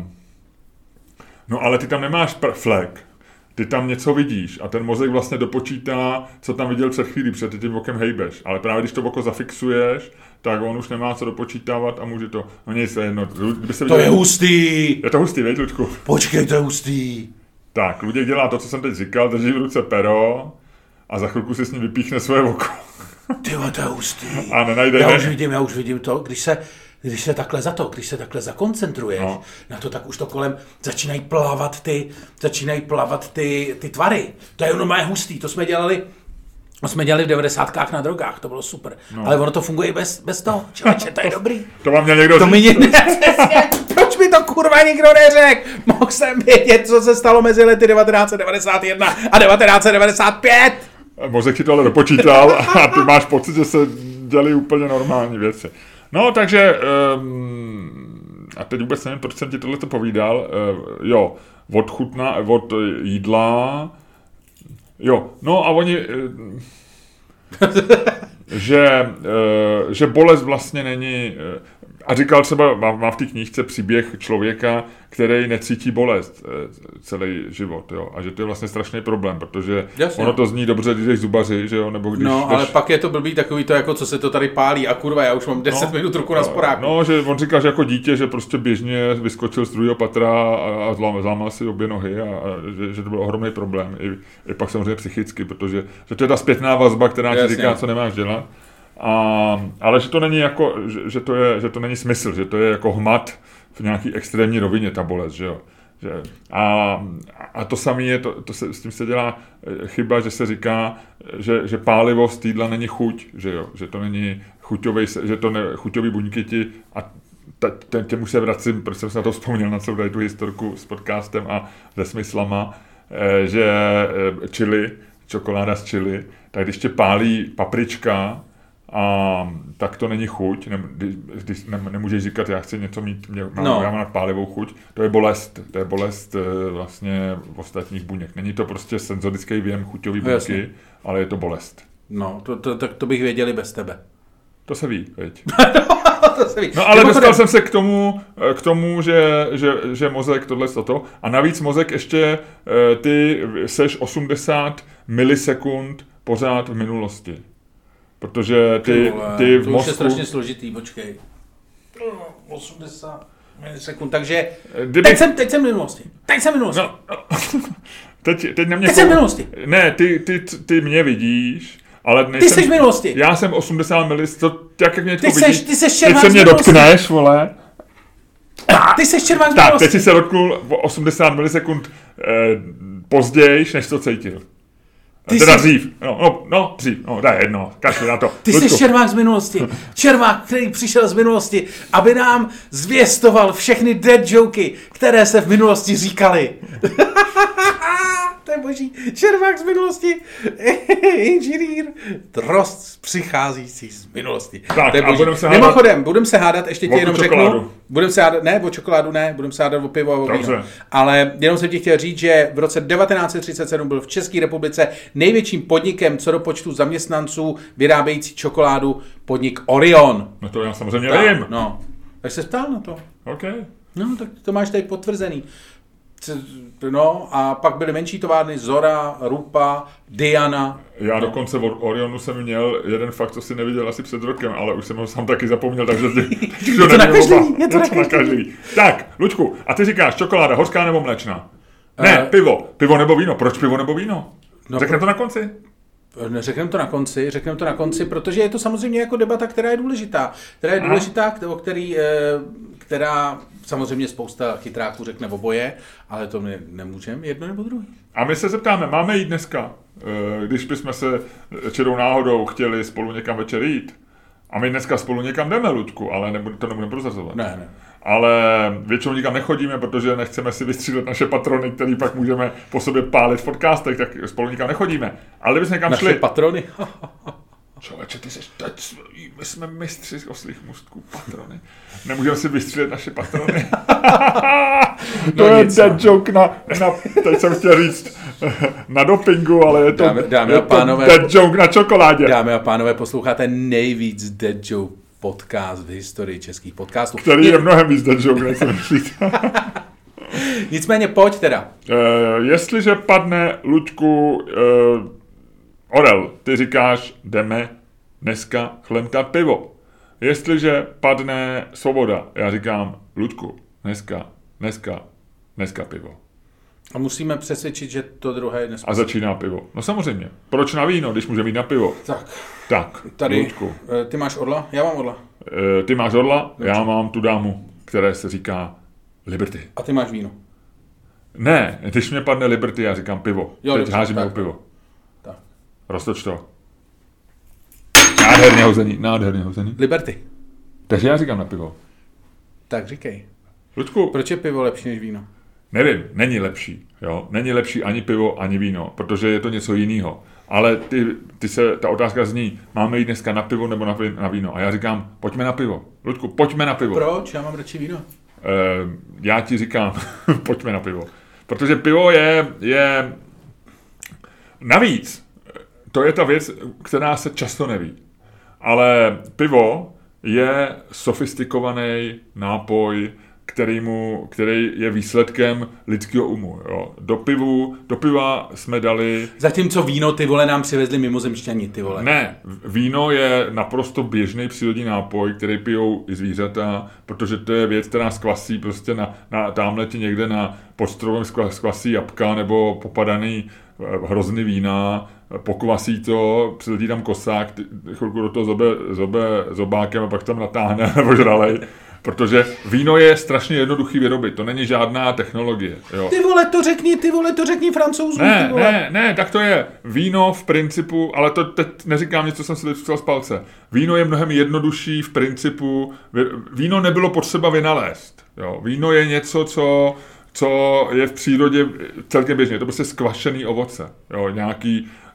no ale ty tam nemáš pr- flek, ty tam něco vidíš a ten mozek vlastně dopočítá, co tam viděl před chvílí, protože ty tím okem hejbeš. Ale právě když to oko zafixuješ, tak on už nemá co dopočítávat a může to, no nic, to je jedno. Kdyby se viděl, to je hustý! Je to hustý, veď, Luďku? Počkej, to je hustý! Tak, Luděk dělá to, co jsem teď říkal, drží v ruce pero a za chvilku si s ním vypíchne svoje oko. Tyjo, to je hustý. A nenajde já ne... už vidím, já už vidím to, když se, když se takhle za to, když se takhle zakoncentruješ no. na to, tak už to kolem začínají plavat ty, začínají plavat ty, ty tvary. To je ono hustý, to jsme dělali, to jsme dělali v devadesátkách na drogách, to bylo super. No. Ale ono to funguje bez, bez toho, člověče, to je dobrý. To vám měl někdo to říct. Mi někde, proč mi to kurva nikdo neřekl? Mohl jsem vědět, co se stalo mezi lety devatenáct set devadesát jedna a devatenáct set devadesát pět. Mozek ti to ale dopočítal a ty máš pocit, že se dělají úplně normální věci. No, takže, um, a teď vůbec nevím, proč jsem ti tohle to povídal, uh, jo, od chutna, od jídla, jo, no a oni, uh, že, uh, že bolest vlastně není, uh, a říkal třeba, mám, mám v té knížce příběh člověka, který necítí bolest e, celý život, jo, a že to je vlastně strašný problém, protože Jasně. ono to zní dobře, když jdeš zubaři, že jo, nebo když... No, jdeš... ale pak je to blbý takový to, jako co se to tady pálí a kurva, já už mám deset no, minut ruku na sporáku. No, že on říká, že jako dítě, že prostě běžně vyskočil z druhého patra a, a zlámal si obě nohy a, a že, že to byl ohromný problém, i, i pak samozřejmě psychicky, protože že to je ta zpětná vazba, která ti říká, co nemáš dělat. A, ale že to není jako, že, že, to je, že to není smysl, že to je jako hmat v nějaký extrémní rovině ta bolest, že jo. Že, a, a to samé je, to, to se, s tím se dělá chyba, že se říká, že, že pálivost jídla není chuť, že jo, že to není chuťový, že to ne, chuťový buňky ti, a ta, těmu se vracím, protože jsem se na to vzpomněl, na celou tu historku s podcastem a se smyslama, že chili, čokoláda z chili, tak když tě pálí paprička, a tak to není chuť, ne, když ne, nemůžeš říkat, já chci něco mít, mě, mám, no. já mám nadpálivou chuť, to je bolest, to je bolest vlastně ostatních buněk. Není to prostě senzorický věm chuťový buňky, ale je to bolest. No, to, to, to, to bych věděli bez tebe. To se ví, veď. To se ví. No ale dostal jsem se k tomu, k tomu že, že, že mozek tohle toto. A navíc mozek ještě, ty seš osmdesát milisekund pořád v minulosti. Protože ty, ty v to mozku... už je strašně složitý, počkej. osmdesát milisekund, takže Kdyby... teď, jsem, teď jsem v minulosti. Teď jsem v minulosti. No, no. Teď, teď na mě... Teď jsem v minulosti. Ne, ty, ty, ty mě vidíš, ale nejsem... Ty jsi v minulosti. Já jsem osmdesát milisekund, tak jak mě ty to vidíš... Ty seš teď se mě dotkneš, vole. Ty jsi červák z tak, minulosti. teď jsi se dotknul osmdesát milisekund eh, později, než to cítil. Ty teda jsi... dřív, no, no, no, dřív, no, daj jedno, kašli na to. Ty Ludku. jsi červák z minulosti. Červák, který přišel z minulosti, aby nám zvěstoval všechny dead joky, které se v minulosti říkaly. To je boží. Červák z minulosti. Inženýr. Drost přicházící z minulosti. Tak, to je boží. Budem se hádat... Mimochodem, budeme se hádat, ještě ti jenom čokoládu. řeknu. Budeme se hádat, ne, o čokoládu ne, budeme se hádat o pivo a o Dobře. víno. Ale jenom jsem ti chtěl říct, že v roce devatenáct set třicet sedm byl v České republice největším podnikem co do počtu zaměstnanců vyrábějící čokoládu podnik Orion. No to já samozřejmě tak, vím. No, tak se ptal na to. OK. No, tak to máš tady potvrzený. No a pak byly menší továrny Zora, Rupa, Diana. Já no. dokonce od Orionu jsem měl jeden fakt, co si neviděl asi před rokem, ale už jsem ho sám taky zapomněl, takže je to nakažlivý, je to nakažlivý. Tak, Luďku, a ty říkáš čokoláda, hořká nebo mléčná? Ne, uh, pivo. Pivo nebo víno. Proč pivo nebo víno? No, Řekneme to na konci? Řekneme to na konci, řekneme to na konci, protože je to samozřejmě jako debata, která je důležitá. Která je důležitá, o který, která samozřejmě spousta chytráků řekne oboje, ale to my nemůžeme jedno nebo druhý. A my se zeptáme, máme jít dneska, když bychom se čirou náhodou chtěli spolu někam večer jít. A my dneska spolu někam jdeme, Luďku, ale nebude, to nebudeme prozrazovat. Ne, ne. Ale většinou nikam nechodíme, protože nechceme si vystřílet naše patrony, který pak můžeme po sobě pálit v podcastech, tak spolu nikam nechodíme. Ale kdybychom někam naše šli... patrony? Člověče, ty seš teď, my jsme mistři z oslých můstků, patrony. Nemůžeme si vystřílet naše patrony. To no je dead joke na, na, teď jsem chtěl říct, na dopingu, ale je to, dámy, dámy je a pánové, to dead joke na čokoládě. Dámy a pánové, posloucháte nejvíc dead joke podcast v historii českých podcastů. Který je, je mnohem víc dead joke, než si myslíte. Nicméně pojď teda. Uh, jestliže padne, Luďku, uh, Orel, ty říkáš, jdeme dneska chlemtat pivo. Jestliže padne Svoboda, já říkám, Luďku, dneska, dneska, dneska pivo. A musíme přesvědčit, že to druhé je nesmysl. A začíná pivo. No samozřejmě. Proč na víno, když může mít na pivo? Tak. Tak, tady, Luďku. Ty máš orla? Já mám orla. E, ty máš orla, dobře. Já mám tu dámu, které se říká Liberty. A ty máš víno? Ne, když mě padne Liberty, já říkám pivo. Jo, teď dobře, hážíme o pivo. Tak. Roztoč to. Nádherně hozený, nádherně hozený. Liberty. Takže já říkám na pivo. Tak říkej. Luďku. Proč je pivo lepší než víno? Nevím, není lepší. Jo? Není lepší ani pivo, ani víno, protože je to něco jiného. Ale ty, ty se, ta otázka zní, máme jít dneska na pivo nebo na, na víno? A já říkám, pojďme na pivo. Luďku, pojďme na pivo. Proč? Já mám radši víno. E, já ti říkám, pojďme na pivo. Protože pivo je, je... Navíc, to je ta věc, která se často neví. Ale pivo je sofistikovaný nápoj, kterýmu, který je výsledkem lidského umu. Jo. Do, pivu, do piva jsme dali... Zatímco víno, ty vole, nám přivezli mimozemšťani, ty vole. Ne, víno je naprosto běžný přírodní nápoj, který pijou i zvířata, protože to je věc, která skvasí prostě na, na tamhleti někde na podstrovém skvasí jabka nebo popadaný hrozný vína, pokvasí to, přiletí tam kosák, ty, chvilku do toho zobe, zobe zobákem a pak tam natáhne nebo žralej. Protože víno je strašně jednoduchý vyrobit, to není žádná technologie. Jo. Ty vole, to řekni, ty vole, to řekni Francouzům, ne, ty vole. Ne, ne, tak to je. Víno v principu, ale to teď neříkám něco, co jsem si teď z palce. Víno je mnohem jednodušší v principu, víno nebylo potřeba vynalézt. Jo. Víno je něco, co, co je v přírodě celkem běžně, to prostě skvašený ovoce. Jo. Nějaký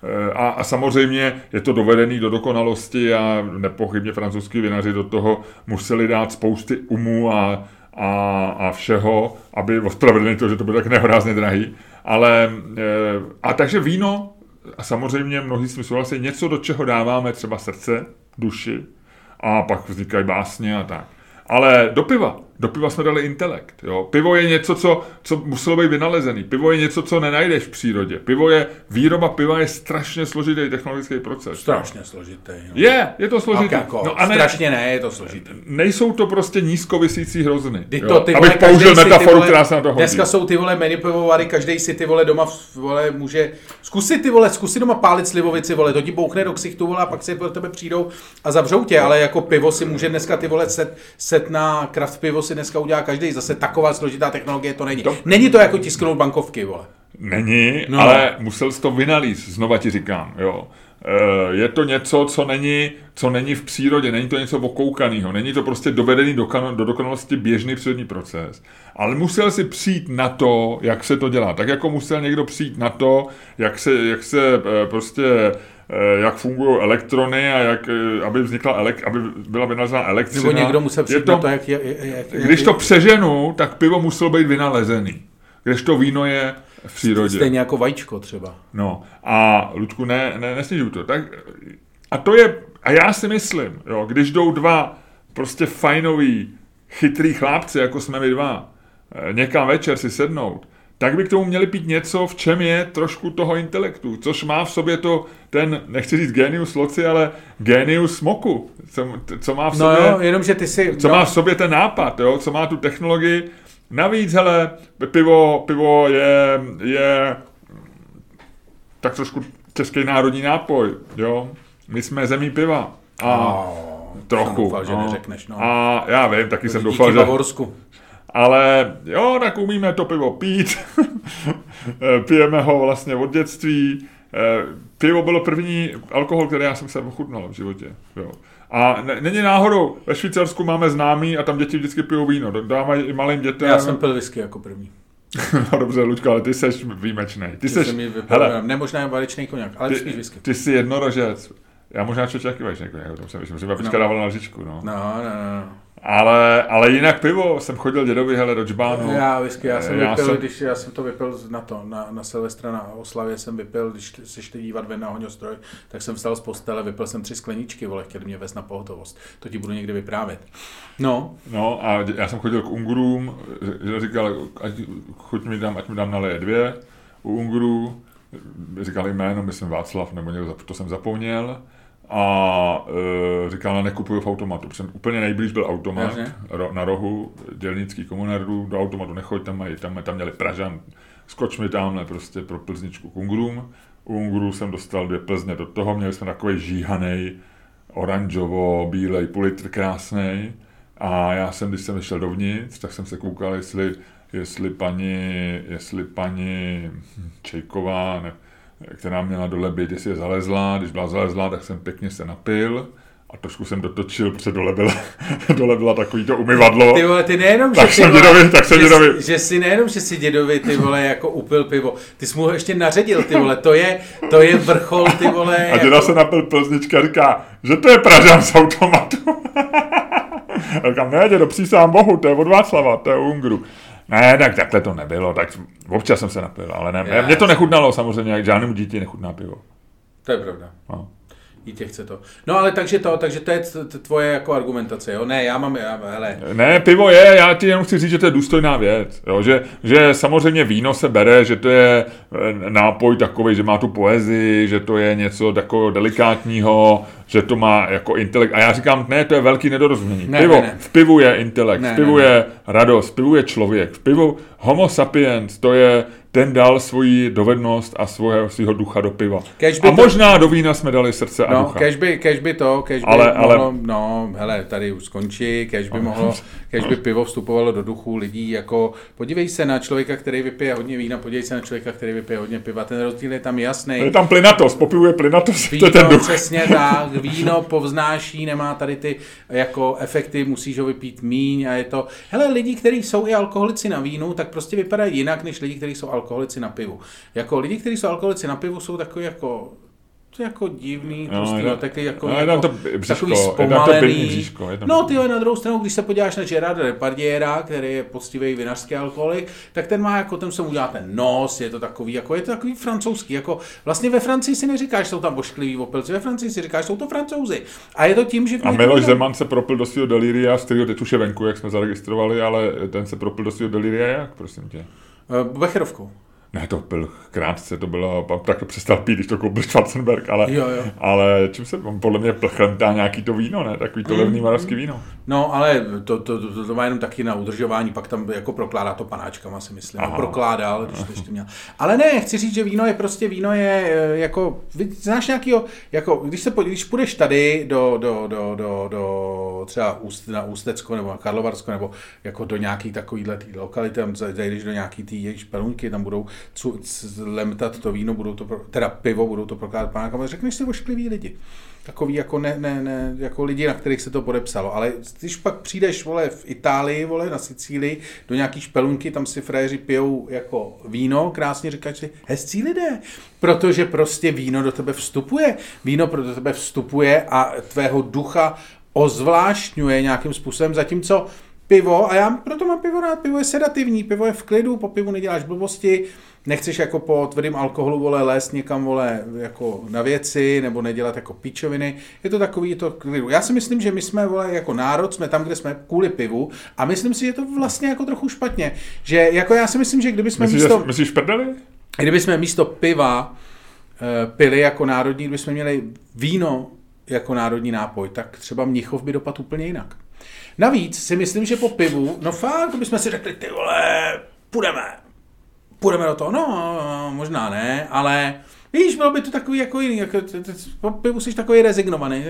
A, a samozřejmě je to dovedený do dokonalosti a nepochybně francouzský vinaři do toho museli dát spousty umů a, a, a všeho, aby ospravedlnili to, že to bylo tak nehorázně drahý. Ale, a takže víno, a samozřejmě mnohý s tím souhlasí, něco, do čeho dáváme třeba srdce, duši, a pak vznikají básně a tak. Ale do piva. Do piva jsme dali intelekt. Jo? Pivo je něco, co, co muselo být vynalezený. Pivo je něco, co nenajdeš v přírodě. Pivo je, výroba piva je strašně složitý technologický proces. Strašně jo? složitý. No. Je, je to složitý. Jako, no a ne, strašně ne, je to složitý. Nejsou to prostě nízkovisící hrozny. To, ty vole, abych použil metaforu, která se na to hodí. Dneska jsou ty vole mini pivovary, každej si ty vole doma vole, může zkusit ty vole, zkusit doma pálit slivovici, vole, to ti bouchne do ksichtu, vole, a pak si pro tebe přijdou a zavřou tě, ale jako pivo si může dneska ty vole set, set na craft pivo si dneska udělá každý. Zase taková složitá technologie to není. To... Není to jako tisknout bankovky, vole. Není, no. Ale musel jsi to vynalíst, znova ti říkám, jo. E, je to něco, co není, co není v přírodě, není to něco okoukanýho, není to prostě dovedený do, kan- do dokonalosti běžný přírodní proces. Ale musel si přijít na to, jak se to dělá. Tak jako musel někdo přijít na to, jak se, jak se e, prostě jak fungují elektrony a jak, aby vznikla elek, aby byla vynalezená elektřina. Nebo někdo musel přijít to, na to, jak, jak, jak... Když to přeženu, tak pivo muselo být vynalezený. Když to víno je v přírodě. Stejně jako vajíčko třeba. No a Ludku, ne, ne, nesnižuj to. Tak, a to je, a já si myslím, jo, když jdou dva prostě fajnoví, chytrý chlápci, jako jsme my dva, někam večer si sednout, tak by k tomu měli pít něco, v čem je trošku toho intelektu, což má v sobě to, ten, nechci říct genius loci, ale genius smoku, co, co má v sobě, no jo, jenom, že ty si, co no. má v sobě ten nápad, jo, co má tu technologii. Navíc, hele, pivo, pivo je, je tak trošku český národní nápoj, jo, my jsme zemí piva. A oh, trochu. Jsem doufal, že no. neřekneš, no. A já vím, taky to jsem doufal, že... Bavorsku. Ale jo, tak umíme to pivo pít, pijeme ho vlastně od dětství. Pivo bylo první alkohol, který já jsem se ochutnal v životě. Jo. A ne, není náhodou, ve Švýcarsku máme známý a tam děti vždycky pijou víno, dávají i malým dětem. Já jsem pil whisky jako první. No dobře, Luďko, ale ty seš výjimečnej. Ty seš, hele, ne možná valičnej koněk, ale ty, spíš whisky. Ty jsi jednorožec. Já možná člověk jaký valičnej koněk, o tom jsem vyšel, že babička dávala na lžičku, no. No, no, no. Ale, ale jinak pivo, jsem chodil dědovi, hele, do džbánu. Já whisky, já jsem já vypil, jsem... když já jsem to vypil na to, na, na Silvestra, na oslavě jsem vypil, když se šli dívat ven na ohňostroj, tak jsem vstal z postele, vypil jsem tři skleničky, vole, chtěli mě vést na pohotovost. To ti budu někdy vyprávět. No. No a já jsem chodil k Ungurům, že říkal, ať, chuť mi dám, ať mi dám naleje dvě u Ungurů, říkal jméno, myslím Václav, nebo někdo, to jsem zapomněl. A e, říkal, nekupuju v automatu, protože úplně nejblíž byl automat ro, na rohu dělnický komunardů, do automatu nechoď, tam, mají, tam, tam měli Pražan, skoč mi tamhle prostě pro Plzničku k Ungurům. U Ungurů jsem dostal dvě Plzně do toho, měli jsme takový žíhanej, oranžovo-bílej půl litr krásnej a já jsem, když jsem vyšel dovnitř, tak jsem se koukal, jestli, jestli paní, jestli paní Čejková, ne, která měla dole být, jestli je zalezlá. Když byla zalezlá, tak jsem pěkně se napil a trošku jsem dotočil, protože dole byla, dole byla takový to umyvadlo. Ty vole, ty nejenom, tak že, jsem vole, dědovi, tak jsem že, dědovi. že si nejenom, že si dědovi, ty vole, jako upil pivo, ty jsi mu ho ještě naředil, ty vole, to je, to je vrchol, ty vole. A děda jako... se napil Plznička a říká, že to je Pražan z automatu. A říkám, ne, dědo, přísahám Bohu, to je od Václava, to je u Ungru. Ne, tak takhle to nebylo, tak občas jsem se napil, ale ne, já, mě to nechutnalo samozřejmě, jak žádnému dítě nechutná pivo. To je pravda. No. Dítě chce to. No ale takže to, takže to je tvoje jako argumentace, jo? Ne, já mám, já, hele. Ne, pivo je, já ti jenom chci říct, že to je důstojná věc, jo? Že, že samozřejmě víno se bere, že to je nápoj takový, že má tu poezii, že to je něco takového delikátního, že to má jako intelekt. A já říkám, ne, to je velký nedorozumění. Ne, pivo, ne, ne. V pivu je intelekt, ne, v pivu ne, ne. je radost, v pivu je člověk, v pivu homo sapiens, to je ten dal svoji dovednost a svého, svého ducha do piva. A to... možná do vína jsme dali srdce a no, ducha. Kež by, kež by to, kež by ale, mohlo, ale... no, hele, tady už skončí, kež by mohlo, kež by pivo vstupovalo do duchu lidí, jako, podívej se na člověka, který vypije hodně vína, podívej se na člověka, který vypije hodně piva, ten rozdíl je tam jasný. Je tam plynatost, po pivu je plynatost, víno, to je ten duch. Přesně tak, víno povznáší, nemá tady ty jako efekty, musíš ho vypít míň a je to, hele, lidi, kteří jsou i alkoholici na vínu, tak prostě vypadají jinak, než lidi, kteří jsou alkoholici na pivu. Jako lidi, kteří jsou alkoholici na pivu, jsou takový jako To je jako divný, no, prostě, no, no, taky jako, no, jako to břiško, takový zpomalený. Bříško, no ty na druhou stranu, když se podíváš na Gerarda Depardiera, který je poctivý vinařský alkoholik, tak ten má jako, ten se mu dělá ten nos, je to takový, jako je to takový francouzský, jako vlastně ve Francii si neříkáš, jsou tam boškliví opilci, ve Francii si říkáš, jsou to Francouzi. A je to tím, že... A Miloš Zeman se propil do svého deliria, z kterého teď už je venku, jak jsme zaregistrovali, ale ten se propil do svého deliria jak, prosím tě? Uh, Becherovkou. Ne, to pil krátce, to bylo, tak to přestal pít, když to koupil Schwarzenberg, ale, jo, jo. ale čím se, podle mě plchlemtá nějaký to víno, ne, takový to levný mm, moravský víno. No, ale to, to, to, to má jenom taky na udržování, pak tam jako prokládá to panáčkama, si myslím, no, prokládal, když to ještě měl. Ale ne, chci říct, že víno je prostě, víno je jako, znáš nějakýho, jako, když se, když půjdeš tady do, do, do, do, do třeba Úst, na Ústecko nebo na Karlovarsko, nebo jako do nějaký takovýhle tý lokality, tam zajdeš do nějaký tý jejich špelunky, tam budou lemtat to víno, budou to, teda pivo, budou to prokládat panákama, řekneš si oškliví lidi. Takový jako, ne, ne, ne, jako lidi, na kterých se to podepsalo. Ale když pak přijdeš, vole, v Itálii, vole, na Sicílii, do nějaký špelunky, tam si fréři pijou jako víno, krásně říkáš si, hezcí lidé, protože prostě víno do tebe vstupuje. Víno do tebe vstupuje a tvého ducha ozvláštňuje nějakým způsobem, zatímco pivo, a já proto mám pivo rád, pivo je sedativní, pivo je v klidu, po pivu neděláš blbosti, nechceš jako po tvrdým alkoholu, vole, lézt někam, vole, jako na věci, nebo nedělat jako píčoviny, je to takový, je to klidu. Já si myslím, že my jsme, vole, jako národ, jsme tam, kde jsme kvůli pivu a myslím si, že je to vlastně jako trochu špatně, že jako já si myslím, že kdyby jsme myslíš, místo... Myslíš prdeli? Kdyby jsme místo piva e, pili jako národní, kdyby jsme měli víno jako národní nápoj, tak třeba Mnichov by dopadl úplně jinak. Navíc si myslím, že po pivu, no fakt, bychom si řekli, ty vole, půjdeme, půjdeme do toho, no, možná ne, ale víš, bylo by to takový jako jiný, jako, po pivu jsi takový rezignovaný,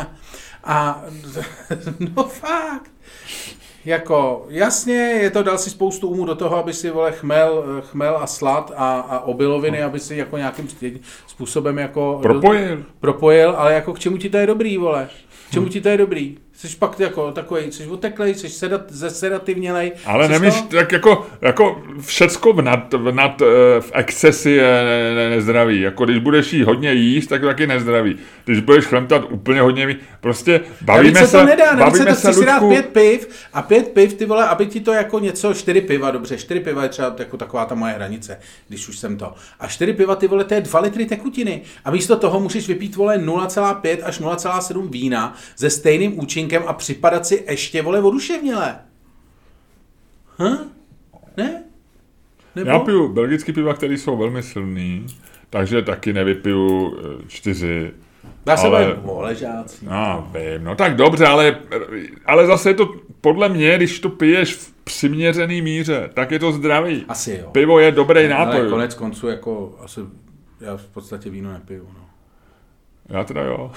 a no fakt, jako jasně, je to, dal si spoustu umů do toho, aby si, vole, chmel, chmel a slad a, a obiloviny, aby si jako nějakým způsobem jako propojil. Do, propojil, ale jako k čemu ti to je dobrý, vole, k čemu ti to je dobrý? Jsi pak jako takový, jsi oteklej, jsi sedat, zesedativnělej. Ale nemyš, to... tak jako, jako všecko v, nad, v, nad, v excesi je ne, ne, nezdravý. Jako když budeš jí hodně jíst, tak taky nezdravý. Když budeš chlemtat úplně hodně, prostě bavíme se... se to nedá, bavíme se to, chci si dát pět piv a pět piv, ty vole, aby ti to jako něco, čtyři piva, dobře, čtyři piva je třeba jako taková ta moje hranice, když už jsem to. A čtyři piva, ty vole, to je dva litry tekutiny. A místo toho můžeš vypít, vole, nula celá pět až nula celá sedm vína se stejným účinkem a připadat si ještě, vole, oduševněle. Hm? Ne? Nebo? Já piju belgický piva, které jsou velmi silný, takže taky nevypiju čtyři. Já se ale... bavím o ležácích. No, vím, no tak dobře, ale, ale zase je to, podle mě, když to piješ v přiměřený míře, tak je to zdravý. Asi jo. Pivo je dobrý nápoj. Ale konec konců, jako, asi, já v podstatě víno nepiju, no. Já teda jo.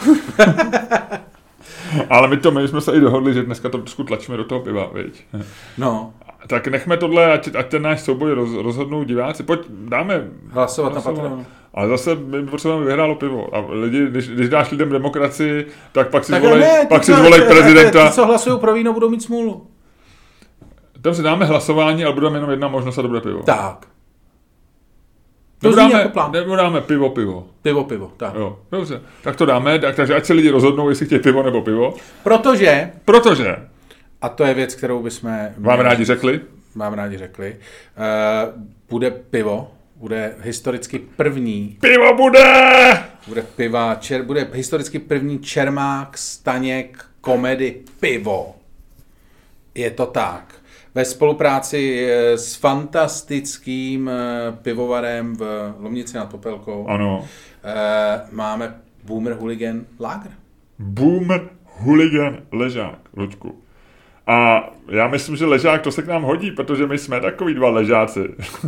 Ale my to, my jsme se i dohodli, že dneska to trošku tlačíme do toho piva, viď? No. Tak nechme tohle, ať, ať ten náš souboj roz, rozhodnou diváci. Pojď, dáme... Hlasovat, hlasovat. na Patreonu. Ale zase my potřebujeme vyhrálo pivo. A lidi, když, když dáš lidem demokracii, tak pak si tak zvolej, ne, pak si zvolej prezidenta. Ty, co hlasují pro víno, budou mít smůlu. Tam si dáme hlasování, ale budeme jenom jedna možnost a to bude pivo. Tak. To dáme, jako plán. Nebo dáme pivo, pivo. Pivo, pivo, tak. Jo, dobře. Tak to dáme, tak, takže ať se lidi rozhodnou, jestli chtějí pivo nebo pivo. Protože... Protože... A to je věc, kterou bychom... Vám rádi řekli? Vám rádi řekli. Uh, bude pivo, bude historicky první... Pivo bude! Bude piva, čer, bude historicky první Čermák, Staněk, komedy Pivo. Je to tak. Ve spolupráci s fantastickým pivovarem v Lomnici nad Popelkou. Ano. Máme Boomer Hooligan Lager. Boomer Hooligan Ležák, Luďku. A já myslím, že ležák to se k nám hodí, protože my jsme takový dva ležáci.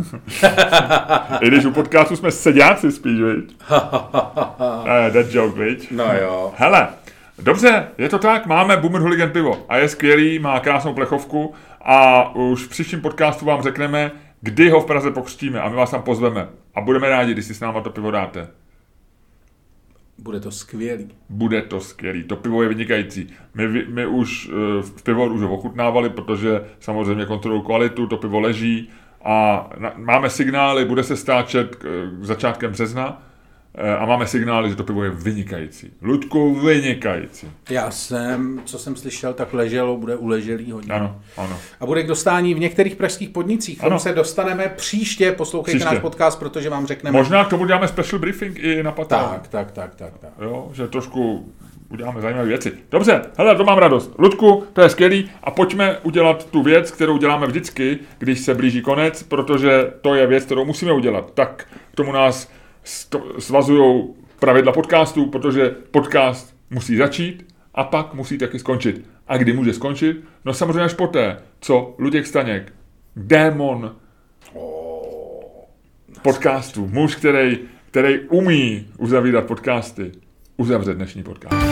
I když u podcastu jsme sedáci spíš, viď? uh, that joke, viď? No jo. Hele, dobře, je to tak, máme Boomer Hooligan pivo a je skvělý, má krásnou plechovku a už v příštím podcastu vám řekneme, kdy ho v Praze pokřtíme a my vás tam pozveme. A budeme rádi, když si s náma to pivo dáte. Bude to skvělý. Bude to skvělý. To pivo je vynikající. My, my už v pivo už ho ochutnávali, protože samozřejmě kontrolují kvalitu, to pivo leží a na, máme signály, bude se stáčet k, k začátkem března a máme signály, že to pivo je vynikající. Luďku, vynikající. Já jsem, co jsem slyšel, tak leželo, bude uleželý hodně. Ano, ano. A bude k dostání v některých pražských podnicích. K tomu se dostaneme příště, poslouchejte příště. Náš podcast, protože vám řekneme... Možná k tomu děláme special briefing i na Patreon. Tak, tak, tak, tak, tak. Jo, že trošku uděláme zajímavé věci. Dobře, hele, to mám radost. Luďku, to je skvělý a pojďme udělat tu věc, kterou děláme vždycky, když se blíží konec, protože to je věc, kterou musíme udělat. Tak k tomu nás svazujou pravidla podcastu, protože podcast musí začít a pak musí taky skončit. A kdy může skončit? No samozřejmě až poté, co Luděk Staněk, démon podcastu, muž, který, který umí uzavírat podcasty, uzavře dnešní podcast.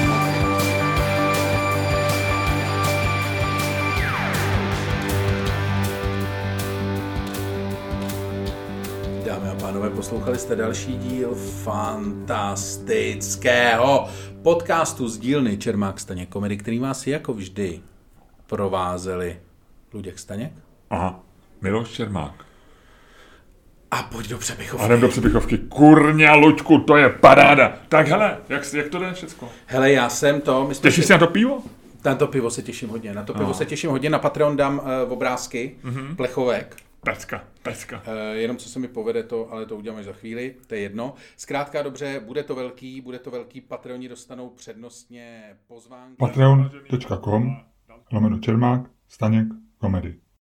Dámy a pánové, poslouchali jste další díl fantastického podcastu z dílny Čermák Staněk Komedy, který vás jako vždy provázeli Luděk Staněk. Aha, Miloš Čermák. A pojď do přepichovky. A jdem do přepichovky. Kurňa, Luďku, to je paráda. Tak hele, jak, jak to jde všecko? Hele, já jsem to... Těšíš se na to pivo? Na to pivo se těším hodně. Na to pivo no. se těším hodně. Na Patreon dám uh, obrázky, mm-hmm. plechovek. Pecka, pecka. Uh, jenom co se mi povede to, ale to uděláme za chvíli, to je jedno. Zkrátka dobře, bude to velký, bude to velký, Patreoni dostanou přednostně pozvánky. patreon tečka com lomeno Čermák Staněk Komedy.